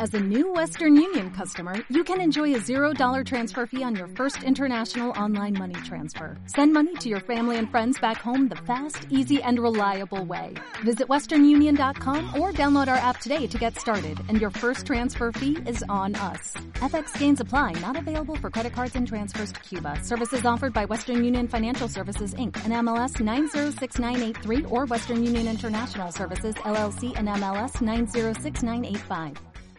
As a new Western Union customer, you can enjoy a $0 transfer fee on your first international online money transfer. Send money to your family and friends back home the fast, easy, and reliable way. Visit westernunion.com or download our app today to get started, and your first transfer fee is on us. FX gains apply, not available for credit cards and transfers to Cuba. Services offered by Western Union Financial Services, Inc., and MLS 906983, or Western Union International Services, LLC, and MLS 906985.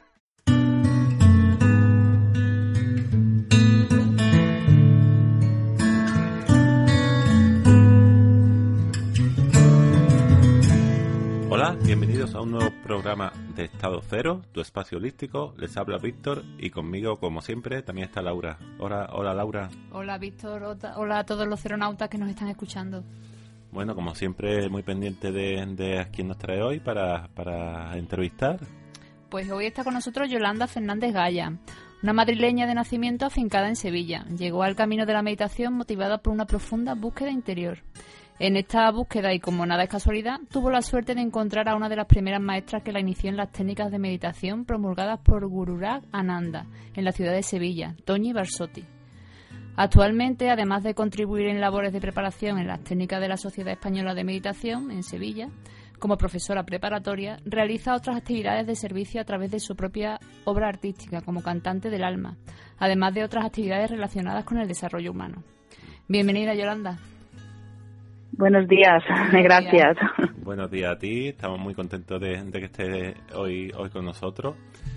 Hola, bienvenidos a un nuevo programa de Estado Cero, tu espacio holístico. Les habla Víctor y conmigo, como siempre, también está Laura. Hola Laura. Hola Víctor, hola a todos los ceronautas que nos están escuchando. Bueno, como siempre, muy pendiente de a quién nos trae hoy para entrevistar. Pues hoy está con nosotros Yolanda Fernández Gaya, una madrileña de nacimiento afincada en Sevilla. Llegó al camino de la meditación motivada por una profunda búsqueda interior. En esta búsqueda, y como nada es casualidad, tuvo la suerte de encontrar a una de las primeras maestras que la inició en las técnicas de meditación promulgadas por Gururaj Ananda en la ciudad de Sevilla, Toñi Barsotti. Actualmente, además de contribuir en labores de preparación en las técnicas de la Sociedad Española de Meditación en Sevilla, como profesora preparatoria, realiza otras actividades de servicio a través de su propia obra artística como cantante del alma, además de otras actividades relacionadas con el desarrollo humano. Bienvenida, Yolanda. Buenos días, gracias. Buenos días a ti, estamos muy contentos de que estés hoy con nosotros.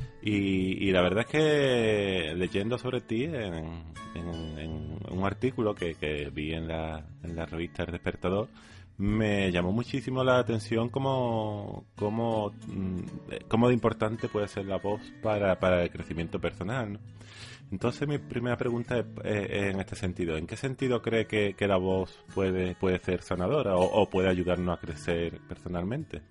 Y la verdad es que leyendo sobre ti en un artículo que vi en la revista El Despertador, me llamó muchísimo la atención cómo de importante puede ser la voz para el crecimiento personal, ¿no? Entonces mi primera pregunta es en este sentido. ¿En qué sentido cree que la voz puede ser sanadora o puede ayudarnos a crecer personalmente?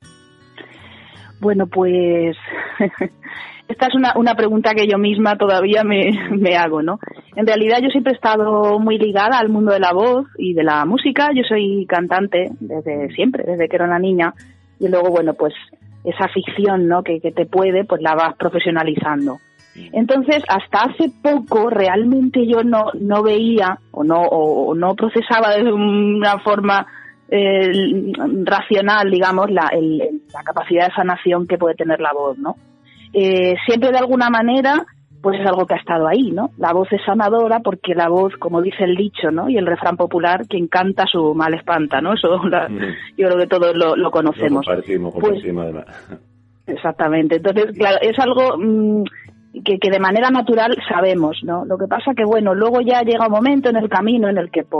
Bueno, pues esta es una pregunta que yo misma todavía me hago, ¿no? En realidad yo siempre he estado muy ligada al mundo de la voz y de la música. Yo soy cantante desde siempre, desde que era una niña. Y luego, bueno, pues esa afición, ¿no? que te puede, pues la vas profesionalizando. Entonces, hasta hace poco realmente yo no veía o no procesaba de una forma racional, digamos, la capacidad de sanación que puede tener la voz, ¿no? Siempre de alguna manera, pues es algo que ha estado ahí, ¿no? La voz es sanadora porque la voz, como dice el dicho, ¿no? Y el refrán popular, quien canta su mal espanta, ¿no? Eso yo creo que todos lo conocemos. Lo compartimos además. Exactamente. Entonces, claro, es algo que de manera natural sabemos, ¿no? Lo que pasa que, bueno, luego ya llega un momento en el camino en el que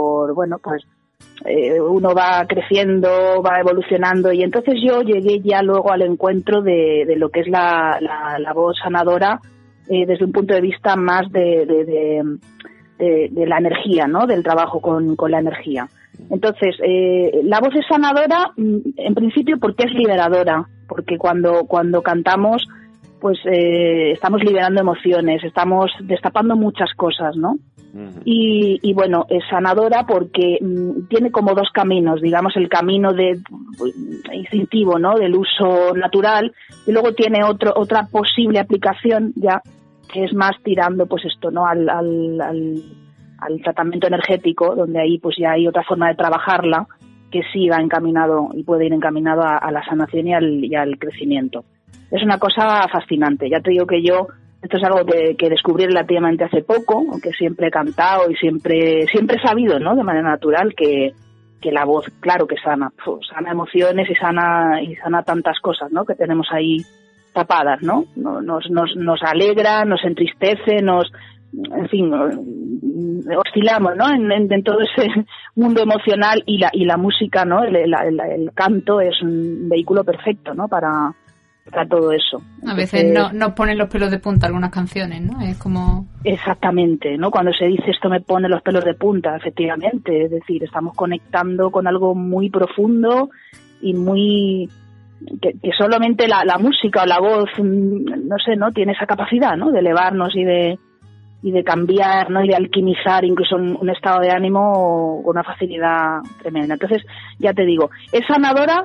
uno va creciendo, va evolucionando, y entonces yo llegué ya luego al encuentro de lo que es la voz sanadora desde un punto de vista más de la energía, ¿no? Del trabajo con la energía. Entonces, la voz es sanadora en principio porque es liberadora, porque cuando cantamos pues estamos liberando emociones, estamos destapando muchas cosas, ¿no? Uh-huh. Y bueno, es sanadora porque tiene como dos caminos, digamos, el camino instintivo, ¿no? Del uso natural, y luego tiene otra posible aplicación ya, que es más tirando, pues esto, ¿no? Al tratamiento energético, donde ahí pues ya hay otra forma de trabajarla que sí va encaminado y puede ir encaminado a la sanación y al crecimiento. Es una cosa fascinante. Ya te digo que esto es algo que descubrí relativamente hace poco, aunque siempre he cantado y siempre he sabido, ¿no? De manera natural que la voz, claro que sana emociones y sana tantas cosas, ¿no? Que tenemos ahí tapadas, ¿no? Nos alegra, nos entristece, en fin, oscilamos, ¿no? En todo ese mundo emocional, y la música, ¿no? El canto es un vehículo perfecto, ¿no? Para todo eso. A veces nos ponen los pelos de punta algunas canciones, ¿no? Es como... Exactamente, ¿no? Cuando se dice esto me pone los pelos de punta, efectivamente. Es decir, estamos conectando con algo muy profundo y muy... que solamente la música o la voz, no sé, ¿no? Tiene esa capacidad, ¿no? De elevarnos y de cambiar, ¿no? Y de alquimizar incluso un estado de ánimo con una facilidad tremenda. Entonces, ya te digo, es sanadora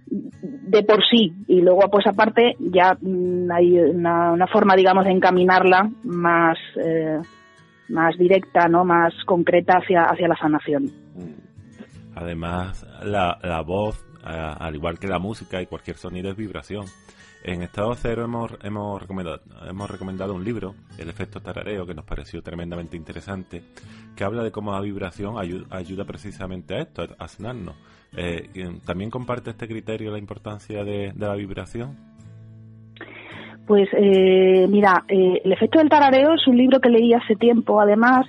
de por sí, y luego pues aparte ya hay una forma, digamos, de encaminarla más directa, ¿no? Más concreta hacia la sanación. Además, la voz, al igual que la música y cualquier sonido, es vibración. En Estado Cero hemos recomendado un libro, El efecto tarareo, que nos pareció tremendamente interesante, que habla de cómo la vibración ayuda precisamente a esto, a sanarnos. ¿También comparte este criterio la importancia de la vibración? Pues mira, El efecto del tarareo es un libro que leí hace tiempo, además.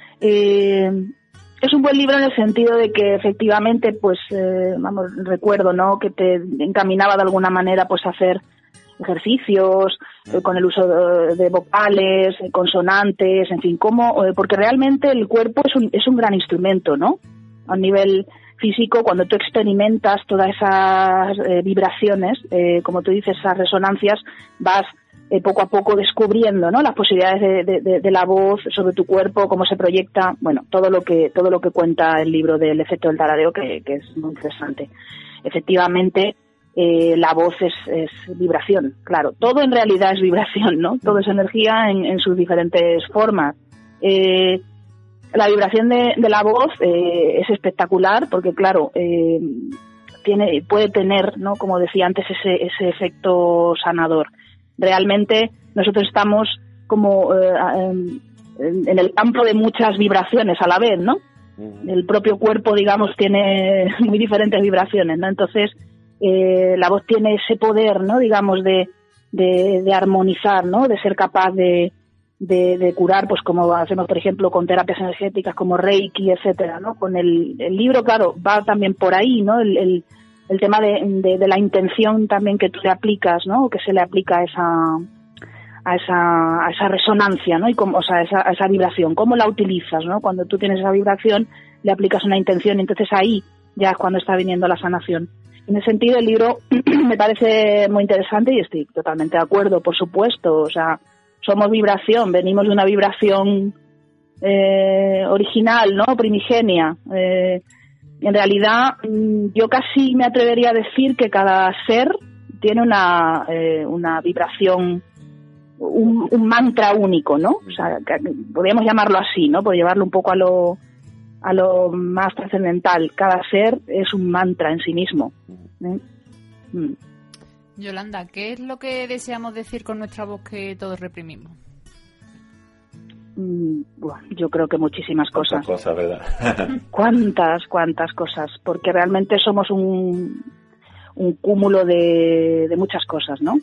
Es un buen libro en el sentido de que efectivamente, pues, recuerdo, ¿no?, que te encaminaba de alguna manera, pues, a hacer ejercicios con el uso de vocales, consonantes, en fin, porque realmente el cuerpo es un gran instrumento, ¿no? A nivel físico, cuando tú experimentas todas esas vibraciones, como tú dices, esas resonancias, vas poco a poco descubriendo, ¿no?, las posibilidades de la voz sobre tu cuerpo, cómo se proyecta, bueno, todo lo que cuenta el libro del efecto del tarareo, que es muy interesante. Efectivamente, la voz es vibración, claro, todo en realidad es vibración, ¿no? Todo es energía en sus diferentes formas. La vibración de la voz es espectacular porque, claro, puede tener, ¿no?, como decía antes, ese efecto sanador. Realmente nosotros estamos como en el campo de muchas vibraciones a la vez, ¿no? El propio cuerpo, digamos, tiene muy diferentes vibraciones, ¿no? Entonces, la voz tiene ese poder, ¿no?, digamos, de armonizar, ¿no?, de ser capaz de curar, pues como hacemos, por ejemplo, con terapias energéticas como Reiki, etcétera, ¿no? Con el libro, claro, va también por ahí, ¿no? El tema de la intención también que tú le aplicas, ¿no?, o que se le aplica a esa resonancia, ¿no? Y a esa vibración, cómo la utilizas, ¿no? Cuando tú tienes esa vibración, le aplicas una intención, y entonces ahí ya es cuando está viniendo la sanación. En ese sentido, el libro me parece muy interesante y estoy totalmente de acuerdo, por supuesto. O sea, somos vibración, venimos de una vibración original, ¿no?, primigenia. En realidad, yo casi me atrevería a decir que cada ser tiene una vibración, un mantra único, ¿no? O sea, podríamos llamarlo así, ¿no?, por llevarlo un poco a lo más trascendental. Cada ser es un mantra en sí mismo. Yolanda, ¿qué es lo que deseamos decir con nuestra voz que todos reprimimos? Bueno, yo creo que muchísimas cosas. Cosas, ¿verdad? ¿Cuántas cosas? Porque realmente somos un cúmulo de muchas cosas, ¿no?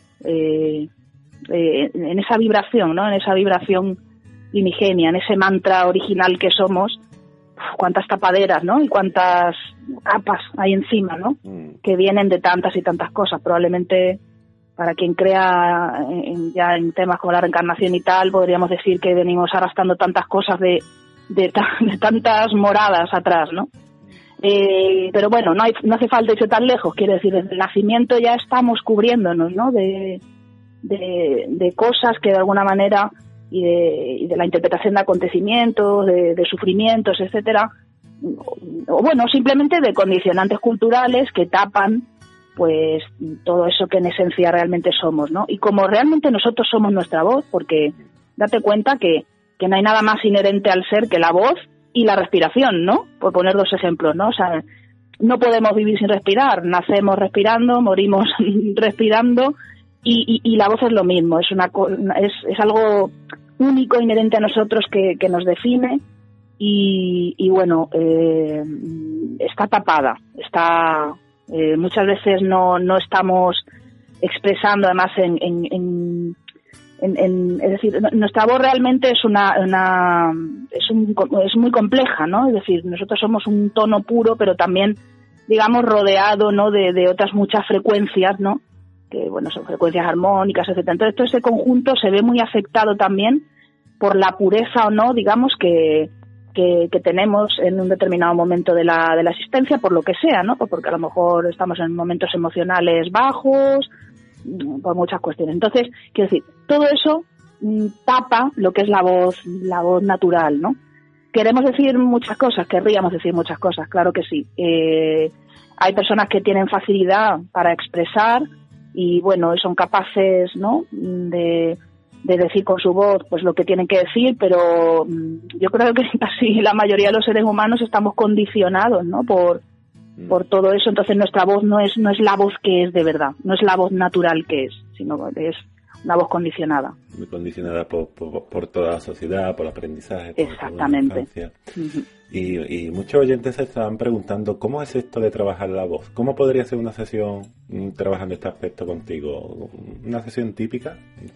En esa vibración, ¿no? En esa vibración primigenia, en ese mantra original que somos, cuántas tapaderas, ¿no? Y cuántas capas hay encima, ¿no? Que vienen de tantas y tantas cosas. Probablemente, para quien crea ya en temas como la reencarnación y tal, podríamos decir que venimos arrastrando tantas cosas de tantas moradas atrás, ¿no? Pero bueno, no hace falta irse tan lejos. Quiere decir, desde el nacimiento ya estamos cubriéndonos, ¿no?, de cosas que de alguna manera, y de la interpretación de acontecimientos, de sufrimientos, etcétera, o bueno, simplemente de condicionantes culturales que tapan pues todo eso que en esencia realmente somos, ¿no? Y como realmente nosotros somos nuestra voz, porque date cuenta que no hay nada más inherente al ser que la voz y la respiración, ¿no? Por poner dos ejemplos, ¿no? O sea, no podemos vivir sin respirar, nacemos respirando, morimos respirando, y la voz es lo mismo, es algo único, inherente a nosotros, que nos define, y bueno, está tapada, muchas veces no estamos expresando, además, es decir, nuestra voz realmente es es muy compleja, ¿no? Es decir, nosotros somos un tono puro, pero también, digamos, rodeado, ¿no?, de otras muchas frecuencias, ¿no?, que bueno, son frecuencias armónicas, etcétera. Entonces, todo ese conjunto se ve muy afectado también por la pureza o no, digamos, que tenemos en un determinado momento de la existencia, por lo que sea, ¿no? Porque a lo mejor estamos en momentos emocionales bajos, por muchas cuestiones. Entonces, quiero decir, todo eso tapa lo que es la voz natural, ¿no? Queremos decir muchas cosas, querríamos decir muchas cosas, claro que sí. Hay personas que tienen facilidad para expresar y bueno, son capaces, ¿no?, de decir con su voz pues lo que tienen que decir, pero yo creo que casi la mayoría de los seres humanos estamos condicionados, ¿no?, por todo eso. Entonces nuestra voz no es la voz que es de verdad, no es la voz natural que es, sino que es una voz condicionada. Muy condicionada por toda la sociedad, por el aprendizaje. Exactamente. Uh-huh. Y muchos oyentes se estaban preguntando, ¿cómo es esto de trabajar la voz? ¿Cómo podría ser una sesión trabajando este aspecto contigo? ¿Una sesión típica?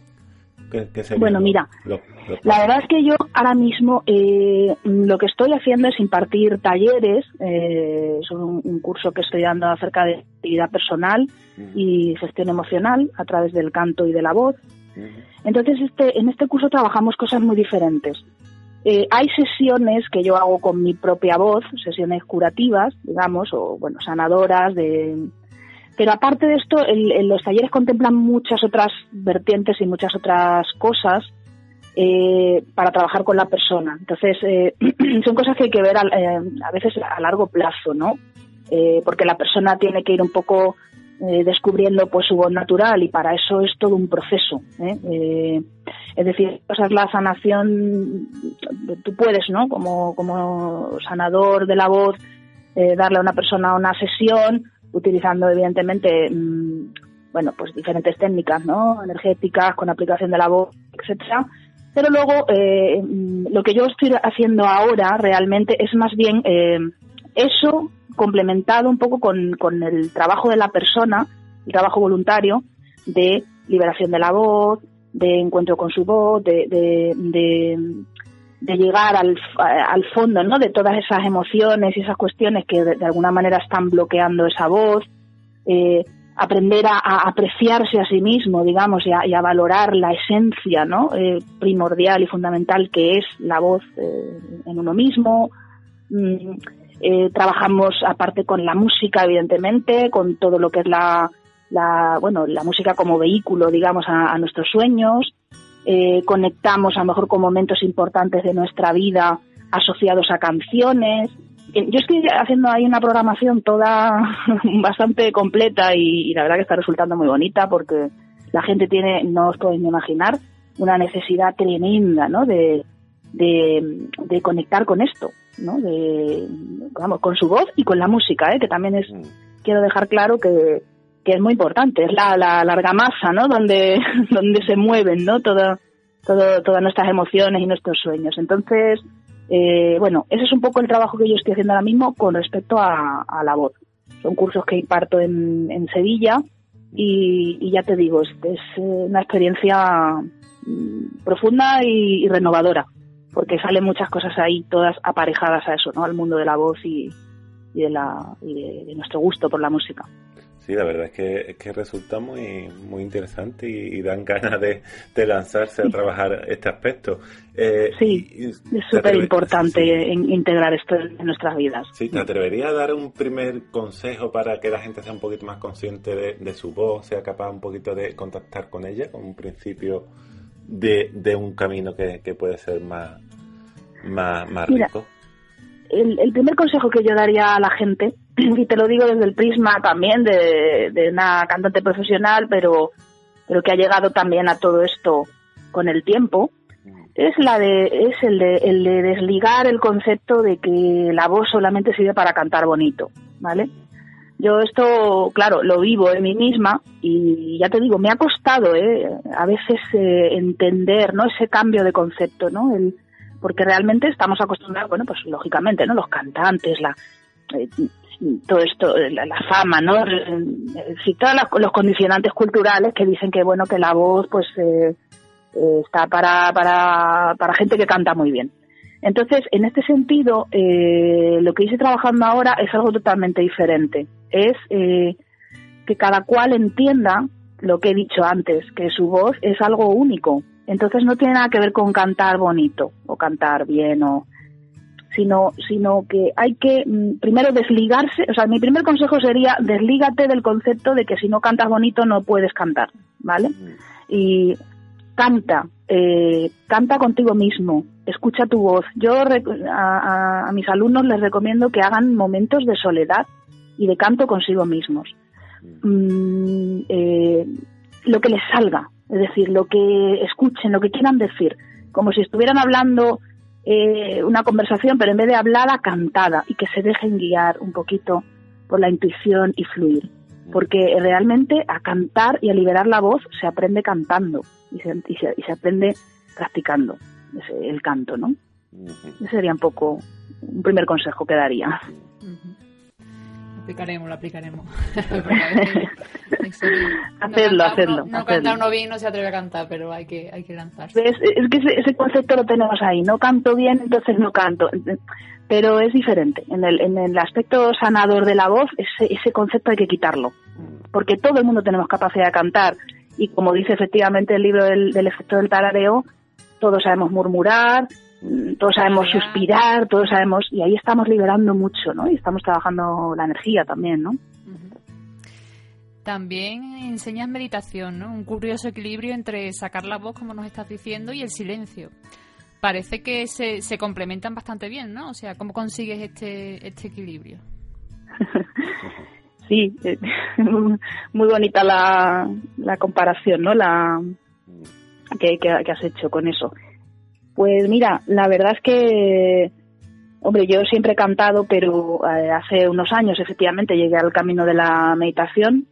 Bueno, mira, la verdad es que yo ahora mismo lo que estoy haciendo es impartir talleres, es un curso que estoy dando acerca de actividad personal y gestión emocional a través del canto y de la voz. Entonces en este curso trabajamos cosas muy diferentes. Hay sesiones que yo hago con mi propia voz, sesiones curativas, digamos, o bueno, sanadoras Pero aparte de esto, los talleres contemplan muchas otras vertientes y muchas otras cosas para trabajar con la persona. Entonces, son cosas que hay que ver a veces a largo plazo, ¿no? Porque la persona tiene que ir un poco descubriendo pues su voz natural y para eso es todo un proceso. Es decir, esa es la sanación. Tú puedes, ¿no?, como sanador de la voz, darle a una persona una sesión utilizando evidentemente pues diferentes técnicas, ¿no?, energéticas, con aplicación de la voz, etcétera. Pero luego lo que yo estoy haciendo ahora realmente es más bien eso complementado un poco con el trabajo de la persona, el trabajo voluntario de liberación de la voz, de encuentro con su voz, de llegar al fondo, ¿no?, de todas esas emociones y esas cuestiones que de alguna manera están bloqueando esa voz, aprender a apreciarse a sí mismo, digamos, y a valorar la esencia, ¿no?, primordial y fundamental que es la voz en uno mismo. Trabajamos aparte con la música, evidentemente, con todo lo que es la música como vehículo, digamos, a nuestros sueños. Conectamos a lo mejor con momentos importantes de nuestra vida asociados a canciones. Yo estoy haciendo ahí una programación toda bastante completa y la verdad que está resultando muy bonita porque la gente tiene, no os podéis imaginar, una necesidad tremenda, ¿no?, de conectar con esto, ¿no?, con su voz y con la música, que también quiero dejar claro que es muy importante, es la argamasa, ¿no?, donde se mueven, ¿no?, todas nuestras emociones y nuestros sueños. Entonces, ese es un poco el trabajo que yo estoy haciendo ahora mismo con respecto a la voz. Son cursos que imparto en Sevilla y ya te digo, es una experiencia profunda y renovadora, porque salen muchas cosas ahí, todas aparejadas a eso, ¿no?, al mundo de la voz y de nuestro gusto por la música. Sí, la verdad es que resulta muy muy interesante y dan ganas de lanzarse a trabajar este aspecto. Sí, es súper importante integrar esto en nuestras vidas. Sí, ¿te atreverías a dar un primer consejo para que la gente sea un poquito más consciente de su voz, sea capaz un poquito de contactar con ella, con un principio de un camino que puede ser más rico? El primer consejo que yo daría a la gente, y te lo digo desde el prisma también de una cantante profesional, pero que ha llegado también a todo esto con el tiempo, es el de desligar el concepto de que la voz solamente sirve para cantar bonito, ¿vale? Yo esto, claro, lo vivo en mí misma y ya te digo, me ha costado a veces entender, ¿no?, ese cambio de concepto, ¿no?, porque realmente estamos acostumbrados, bueno, pues lógicamente, ¿no?, los cantantes, todo esto, la fama, ¿no?, sí, todos los condicionantes culturales que dicen que, bueno, que la voz, pues, está para gente que canta muy bien. Entonces, en este sentido, lo que estoy trabajando ahora es algo totalmente diferente. Es que cada cual entienda lo que he dicho antes, que su voz es algo único. Entonces no tiene nada que ver con cantar bonito o cantar bien sino que hay que primero desligarse. O sea, mi primer consejo sería deslígate del concepto de que si no cantas bonito no puedes cantar, ¿vale? Y canta contigo mismo, escucha tu voz. Yo a mis alumnos les recomiendo que hagan momentos de soledad y de canto consigo mismos. Lo que les salga, es decir, lo que escuchen, lo que quieran decir, como si estuvieran hablando una conversación, pero en vez de hablada, cantada, y que se dejen guiar un poquito por la intuición y fluir. Porque realmente a cantar y a liberar la voz se aprende cantando y se aprende practicando el canto, ¿no? Ese sería un poco un primer consejo que daría. Lo aplicaremos. Hacerlo. No cantar uno bien, no se atreve a cantar, pero hay que lanzarse. Es que ese concepto lo tenemos ahí, no canto bien, entonces no canto. Pero es diferente. En el aspecto sanador de la voz, ese concepto hay que quitarlo. Porque todo el mundo tenemos capacidad de cantar. Y como dice efectivamente el libro del efecto del tarareo, todos sabemos murmurar, todos sabemos suspirar, todos sabemos... Y ahí estamos liberando mucho, ¿no? Y estamos trabajando la energía también, ¿no? También enseñas meditación, ¿no? Un curioso equilibrio entre sacar la voz, como nos estás diciendo, y el silencio. Parece que se complementan bastante bien, ¿no? O sea, ¿cómo consigues este equilibrio? Sí, muy bonita la comparación, ¿no? Que has hecho con eso. Pues mira, la verdad es que, hombre, yo siempre he cantado, pero hace unos años efectivamente llegué al camino de la meditación.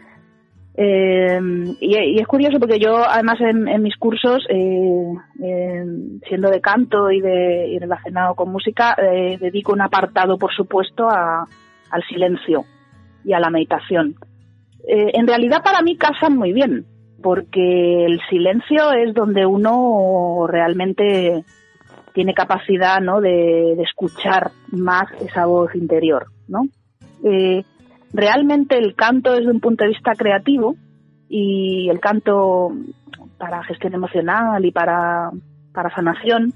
Y es curioso porque yo además en mis cursos, siendo de canto y relacionado con música, dedico un apartado, por supuesto, al silencio y a la meditación. En realidad para mí casan muy bien, porque el silencio es donde uno realmente tiene capacidad, ¿no?, de escuchar más esa voz interior, ¿no? Realmente el canto desde un punto de vista creativo, y el canto para gestión emocional y para sanación,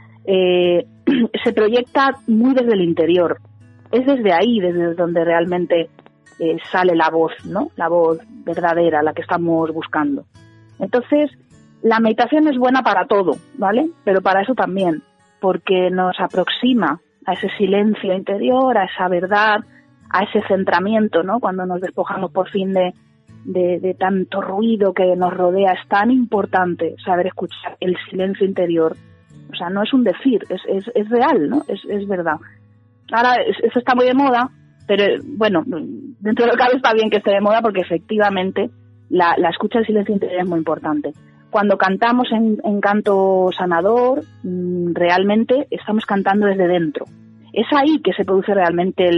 se proyecta muy desde el interior. Es desde ahí, desde donde realmente sale la voz, ¿no? La voz verdadera, la que estamos buscando. Entonces, la meditación es buena para todo, ¿vale? Pero para eso también, porque nos aproxima a ese silencio interior, a esa verdad, a ese centramiento, ¿no? Cuando nos despojamos por fin de tanto ruido que nos rodea, es tan importante saber escuchar el silencio interior. O sea, no es un decir, es real, ¿no? Es verdad. Ahora, eso está muy de moda, pero bueno, dentro de lo que cabe está bien que esté de moda, porque efectivamente la escucha del silencio interior es muy importante. Cuando cantamos en canto sanador, realmente estamos cantando desde dentro. Es ahí que se produce realmente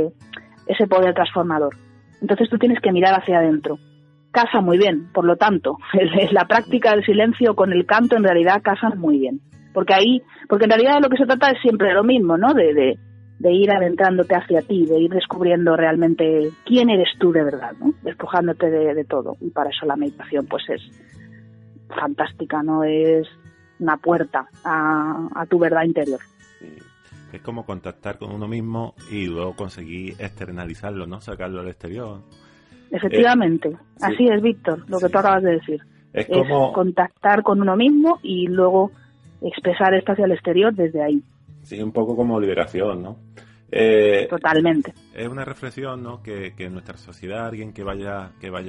ese poder transformador. Entonces tú tienes que mirar hacia adentro. Casa muy bien, por lo tanto, la práctica del silencio con el canto en realidad casan muy bien. Porque en realidad lo que se trata es siempre lo mismo, ¿no? De ir adentrándote hacia ti, de ir descubriendo realmente quién eres tú de verdad, ¿no? Despojándote de todo. Y para eso la meditación pues es fantástica, ¿no? Es una puerta a tu verdad interior. Sí. Es como contactar con uno mismo y luego conseguir externalizarlo, ¿no? Sacarlo al exterior. Efectivamente. Sí. Así es, Víctor, lo que tú acabas de decir. Es como contactar con uno mismo y luego expresar esto hacia el exterior desde ahí. Sí, un poco como liberación, ¿no? Totalmente. Es una reflexión, ¿no? Que en nuestra sociedad alguien que vaya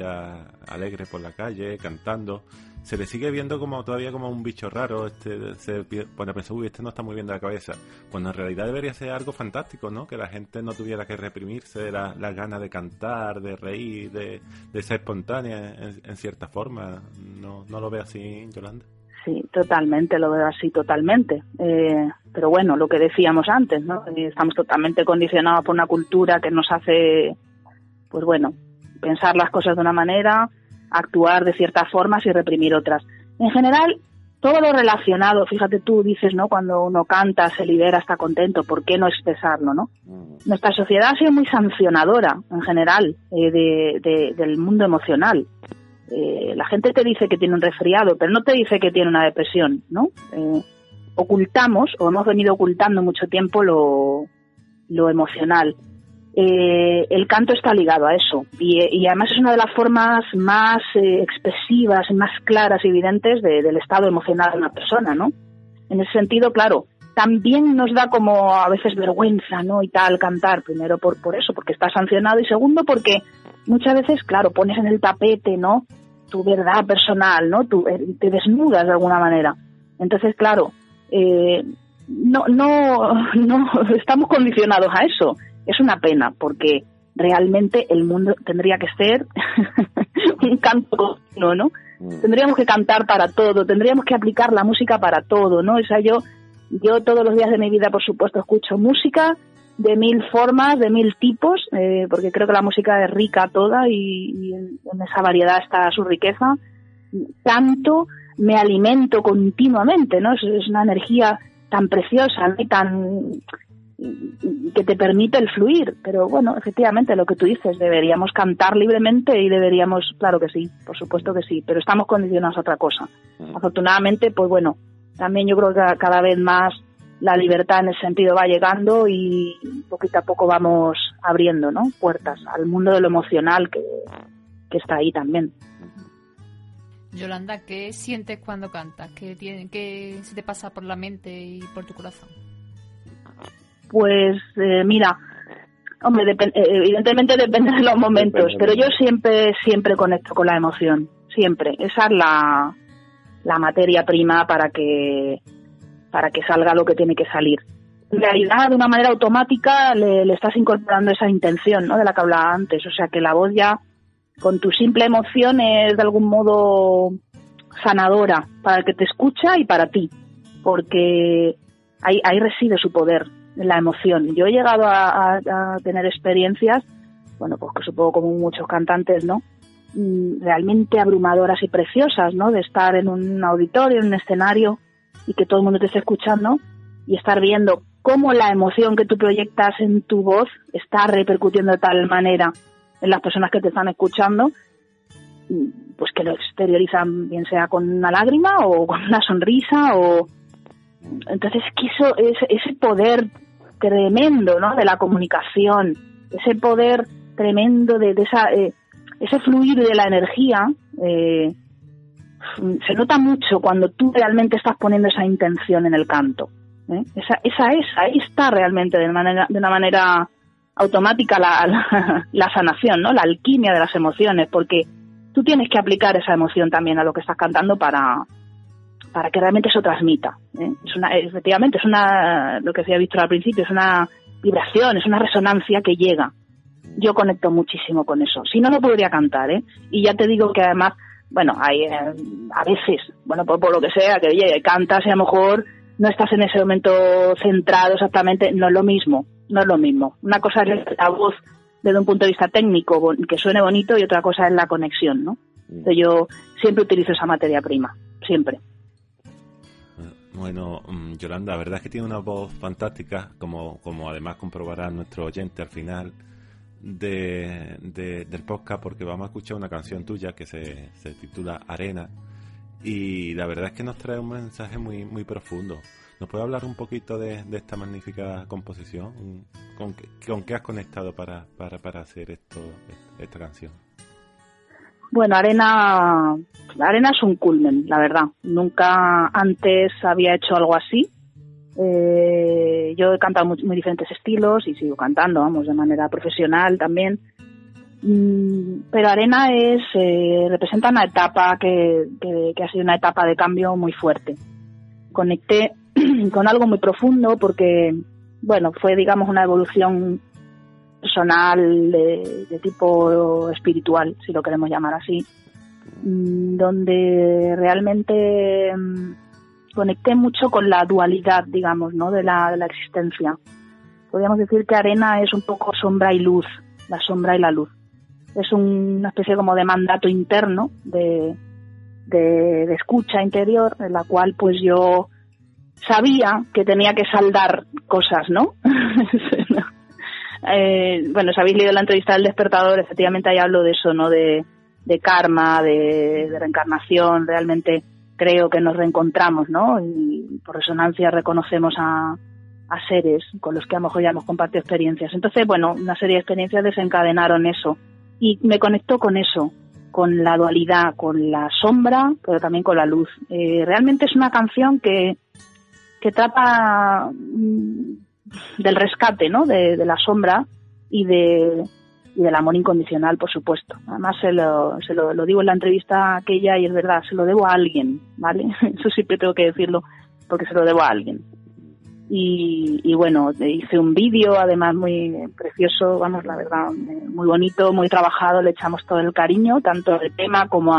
alegre por la calle cantando se le sigue viendo todavía como un bicho raro. Se pone a pensar, este no está muy bien de la cabeza, cuando en realidad debería ser algo fantástico, ¿no? Que la gente no tuviera que reprimirse las ganas de cantar, de reír, de ser espontánea en cierta forma. ¿No lo ve así, Yolanda? Sí, totalmente, lo veo así totalmente. Pero bueno, lo que decíamos antes, ¿no? Estamos totalmente condicionados por una cultura que nos hace, pues bueno, pensar las cosas de una manera, actuar de ciertas formas y reprimir otras. En general, todo lo relacionado, fíjate tú, dices, ¿no? Cuando uno canta, se libera, está contento, ¿por qué no expresarlo, no? Nuestra sociedad ha sido muy sancionadora, en general, del mundo emocional. La gente te dice que tiene un resfriado, pero no te dice que tiene una depresión, ¿no? Ocultamos, o hemos venido ocultando mucho tiempo lo emocional. El canto está ligado a eso y además es una de las formas más expresivas, más claras y evidentes del estado emocional de una persona, ¿no? En ese sentido, claro, también nos da como a veces vergüenza, ¿no? Y tal, cantar, primero por eso, porque está sancionado, y segundo porque muchas veces, claro, pones en el tapete, ¿no? Tu verdad personal, ¿no? Tú te desnudas de alguna manera. Entonces, claro, no estamos condicionados a eso. Es una pena, porque realmente el mundo tendría que ser un canto continuo, ¿no? Tendríamos que cantar para todo, tendríamos que aplicar la música para todo, ¿no? O sea, yo todos los días de mi vida, por supuesto, escucho música de 1000 formas, de 1000 tipos, porque creo que la música es rica toda y en esa variedad está su riqueza. Canto, me alimento continuamente, ¿no? Es una energía tan preciosa, ¿no? Y tan que te permite el fluir. Pero bueno, efectivamente, lo que tú dices, deberíamos cantar libremente y deberíamos, claro que sí, por supuesto que sí, pero estamos condicionados a otra cosa. Afortunadamente, pues bueno, también yo creo que cada vez más la libertad en ese sentido va llegando y poquito a poco vamos abriendo, ¿no? Puertas al mundo de lo emocional que está ahí también. Yolanda, ¿qué sientes cuando cantas? ¿Qué se te pasa por la mente y por tu corazón? Pues mira, hombre, evidentemente depende de los momentos, pero yo siempre conecto con la emoción, siempre. Esa es la materia prima para que salga lo que tiene que salir. En realidad, de una manera automática, le estás incorporando esa intención, ¿no? De la que hablaba antes. O sea, que la voz ya, con tu simple emoción, es de algún modo sanadora para el que te escucha y para ti, porque ahí reside su poder, en la emoción. Yo he llegado a tener experiencias, bueno, pues que supongo como muchos cantantes, ¿no? Realmente abrumadoras y preciosas, ¿no? De estar en un auditorio, en un escenario, y que todo el mundo te esté escuchando y estar viendo cómo la emoción que tú proyectas en tu voz está repercutiendo de tal manera en las personas que te están escuchando, pues que lo exteriorizan, bien sea con una lágrima o con una sonrisa, o entonces que eso, ese poder tremendo, ¿no? De la comunicación, ese poder tremendo de esa ese fluir de la energía, se nota mucho cuando tú realmente estás poniendo esa intención en el canto. Ahí está realmente de una manera automática la sanación, ¿no? La alquimia de las emociones, porque tú tienes que aplicar esa emoción también a lo que estás cantando para que realmente eso transmita. Efectivamente, lo que se ha visto al principio, es una vibración, es una resonancia que llega. Yo conecto muchísimo con eso. Si no, no podría cantar, ¿eh? Y ya te digo que además, bueno, hay a veces, bueno, por lo que sea, que oye, cantas y a lo mejor no estás en ese momento centrado exactamente, no es lo mismo. Una cosa es la voz desde un punto de vista técnico, que suene bonito, y otra cosa es la conexión, ¿no? Entonces yo siempre utilizo esa materia prima, siempre. Bueno, Yolanda, la verdad es que tiene una voz fantástica, como además comprobará nuestro oyente al final del podcast, porque vamos a escuchar una canción tuya que se titula Arena, y la verdad es que nos trae un mensaje muy, muy profundo. ¿Nos puede hablar un poquito de esta magnífica composición? ¿Con qué has conectado para hacer esta canción? Bueno, Arena es un culmen, la verdad. Nunca antes había hecho algo así. Yo he cantado muy diferentes estilos y sigo cantando, vamos, de manera profesional también. Pero Arena representa una etapa que ha sido una etapa de cambio muy fuerte. Conecté con algo muy profundo porque, bueno, fue, digamos, una evolución personal de tipo espiritual, si lo queremos llamar así, donde realmente conecté mucho con la dualidad, digamos, ¿no? de la existencia. Podríamos decir que Arena es un poco sombra y luz, la sombra y la luz. Es una especie como de mandato interno, de escucha interior, en la cual pues yo sabía que tenía que saldar cosas, ¿no? Bueno, si habéis leído la entrevista del Despertador, efectivamente ahí hablo de eso, ¿no? De karma, de reencarnación. Realmente creo que nos reencontramos, ¿no? Y por resonancia reconocemos a seres con los que a lo mejor ya hemos compartido experiencias. Entonces, bueno, una serie de experiencias desencadenaron eso. Y me conectó con eso, con la dualidad, con la sombra, pero también con la luz. Realmente es una canción que que trata del rescate, ¿no? De la sombra y del amor incondicional, por supuesto. Además se lo digo en la entrevista aquella y es verdad, se lo debo a alguien, ¿vale? Eso siempre tengo que decirlo porque se lo debo a alguien. Y bueno, hice un vídeo además muy precioso, vamos, la verdad, muy bonito, muy trabajado, le echamos todo el cariño, tanto al tema como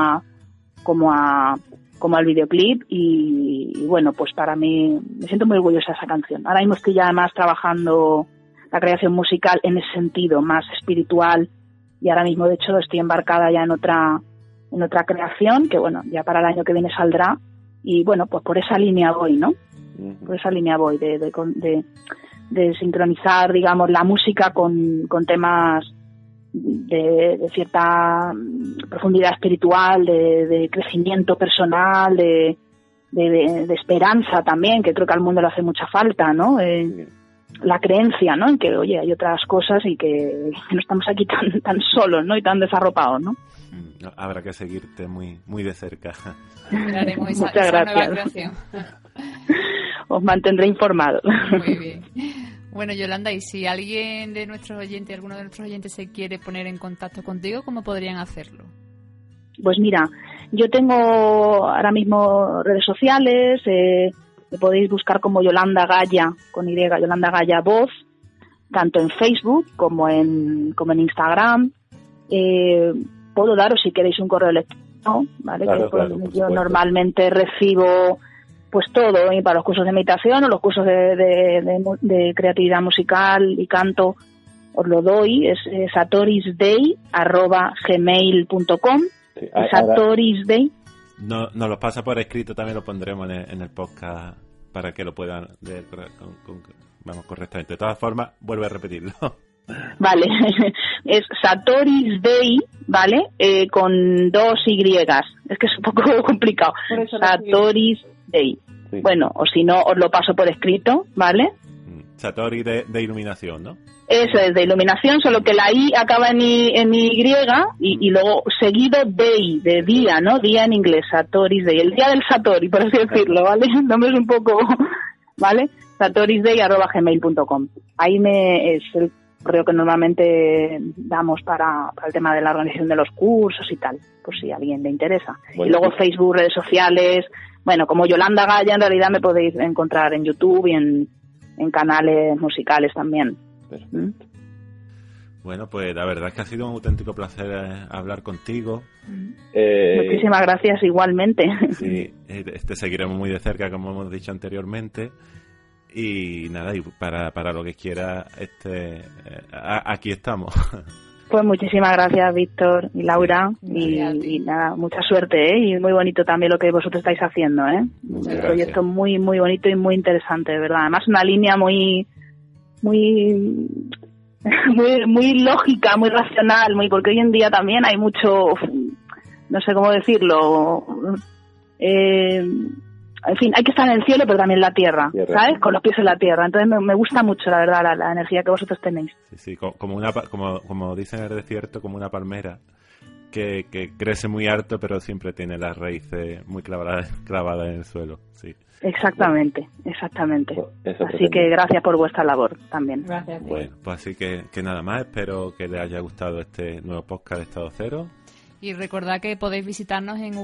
al videoclip y bueno, pues para mí me siento muy orgullosa de esa canción. Ahora mismo estoy ya además trabajando la creación musical en ese sentido, más espiritual, y ahora mismo de hecho estoy embarcada ya en otra creación que bueno, ya para el año que viene saldrá y bueno, pues por esa línea voy, ¿no? Por esa línea voy de sincronizar, digamos, la música con temas de cierta profundidad espiritual, de crecimiento personal, de esperanza también, que creo que al mundo le hace mucha falta, ¿no? La creencia, ¿no? En que, oye, hay otras cosas y que no estamos aquí tan solos, ¿no? Y tan desarropados, ¿no? Habrá que seguirte muy muy de cerca. Muchas gracias. Os mantendré informados. Muy bien. Bueno, Yolanda, y si alguien de nuestros oyentes, alguno de nuestros oyentes se quiere poner en contacto contigo, ¿cómo podrían hacerlo? Pues mira, yo tengo ahora mismo redes sociales, me podéis buscar como Yolanda Gaya, con Y, Yolanda Gaya Voz, tanto en Facebook como en Instagram. Puedo daros, si queréis, un correo electrónico, ¿vale? Claro, que yo normalmente recibo pues todo, y para los cursos de meditación o los cursos de creatividad musical y canto os lo doy, es satorisday@gmail.com. Sí, Satorisday. Nos lo pasa por escrito, también lo pondremos en el podcast para que lo puedan leer correctamente. De todas formas, vuelve a repetirlo. Vale, es Satorisday, ¿vale? Con 2 Y. Es que es un poco complicado. Satorisday. Sí. Bueno, o si no, os lo paso por escrito, ¿vale? Satori de iluminación, ¿no? Eso es, de iluminación, solo que la I acaba en Y y luego seguido Day, de día, ¿no? Día en inglés, Satorisday. El día del Satori, por así decirlo, ¿vale? El nombre es un poco, ¿vale? Satorisday@gmail.com. Ahí es el correo que normalmente damos para el tema de la organización de los cursos y tal, por si a alguien le interesa. Bueno, y luego Facebook, redes sociales, bueno, como Yolanda Gaya, en realidad me podéis encontrar en YouTube y en canales musicales también. Perfecto. Bueno, pues la verdad es que ha sido un auténtico placer hablar contigo. Muchísimas gracias igualmente. Sí, te seguiremos muy de cerca, como hemos dicho anteriormente. Y nada, y para lo que quiera, aquí estamos. Pues muchísimas gracias, Víctor y Laura, y nada, mucha suerte, y muy bonito también lo que vosotros estáis haciendo, Un proyecto muy muy bonito y muy interesante, de verdad. Además, una línea muy muy muy lógica, muy racional, porque hoy en día también hay mucho, no sé cómo decirlo, en fin, hay que estar en el cielo, pero también en la tierra, ¿sabes? Con los pies en la tierra. Entonces me gusta mucho, la verdad, la energía que vosotros tenéis. Sí, como dicen en el desierto, como una palmera que crece muy alto, pero siempre tiene las raíces muy clavadas en el suelo, sí. Exactamente. Así que gracias por vuestra labor también. Gracias. Bueno, pues así que nada más, espero que les haya gustado este nuevo podcast de Estado Cero. Y recordad que podéis visitarnos en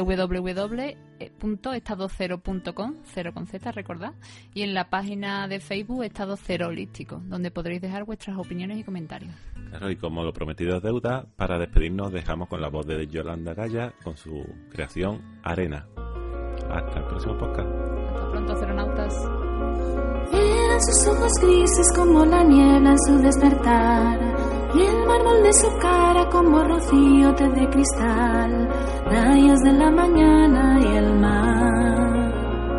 www.estadocero.com, 0 con Z, recordad, y en la página de Facebook Estado Cero Holístico, donde podréis dejar vuestras opiniones y comentarios. Claro, y como lo prometido es deuda, para despedirnos dejamos con la voz de Yolanda Gaya con su creación Arena. Hasta el próximo podcast. Hasta pronto, ceronautas. Eran sus ojos grises como la niebla en su despertar, y el mármol de su cara como rocío de cristal, rayos de la mañana y el mar.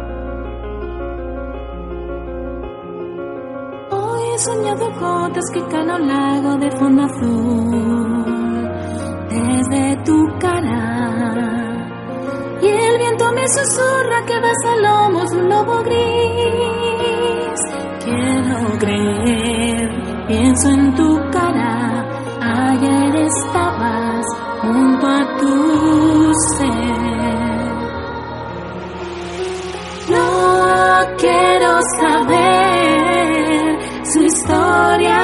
Hoy he soñado gotas que caen a un lago de fondo azul desde tu cara, y el viento me susurra que vas a lomos de un lobo gris. Quiero creer, pienso en tu cara, ayer estabas junto a tu ser. No quiero saber su historia.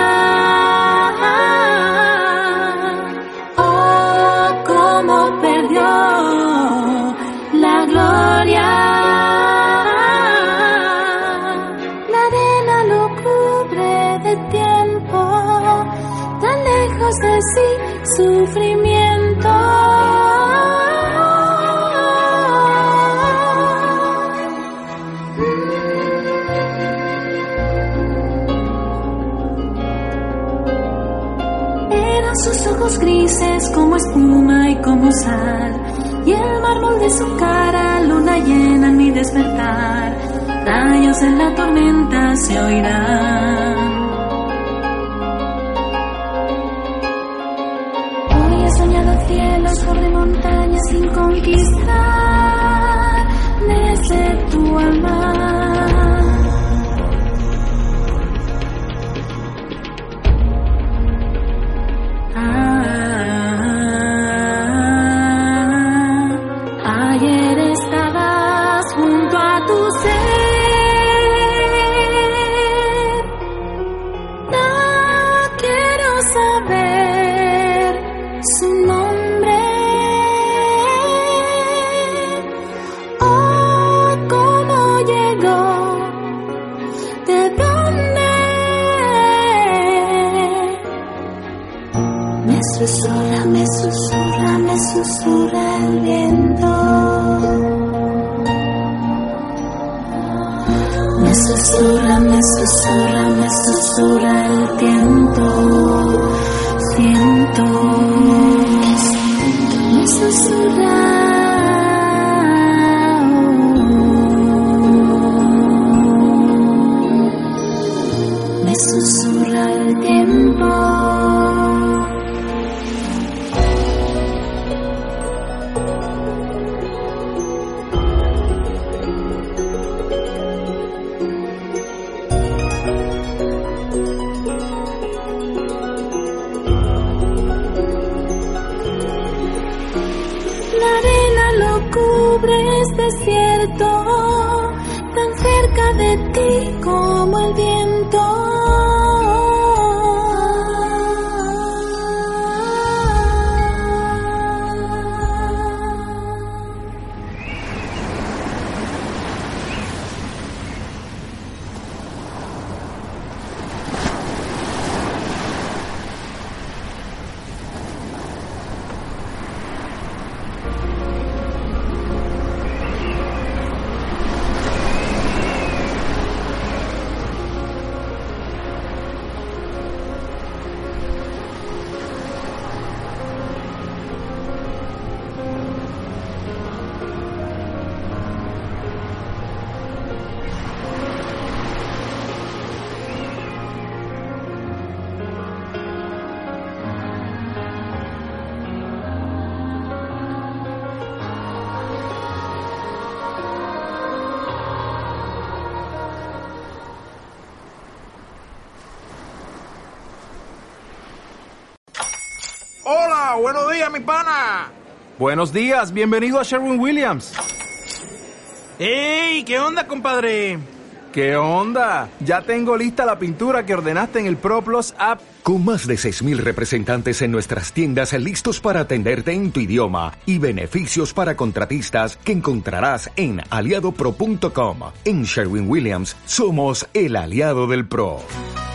Oh, cómo perdió la gloria. La arena lo cubre de tiempo, tan lejos de sí, sufrimiento. Eran sus ojos grises como espuma y como sal, y el mármol de su cara, luna llena en mi despertar. Rayos en la tormenta se oirán. Hoy he soñado cielos sobre montañas sin conquistar, desde tu amar. Ayer estabas junto a tu ser. No quiero saber su nombre. Oh, cómo llegó, de dónde. Me susurra, me susurra, me susurra el viento. Me susurra, me susurra, me susurra el tiempo. Siento, me susurra. Me susurra el tiempo. Es desierto, tan cerca de ti como el viento. Hola, buenos días, mi pana. Buenos días, bienvenido a Sherwin-Williams. ¡Ey! ¿Qué onda, compadre? ¿Qué onda? Ya tengo lista la pintura que ordenaste en el ProPlus app. Con más de 6,000 representantes en nuestras tiendas listos para atenderte en tu idioma y beneficios para contratistas que encontrarás en aliadopro.com. En Sherwin-Williams somos el aliado del pro.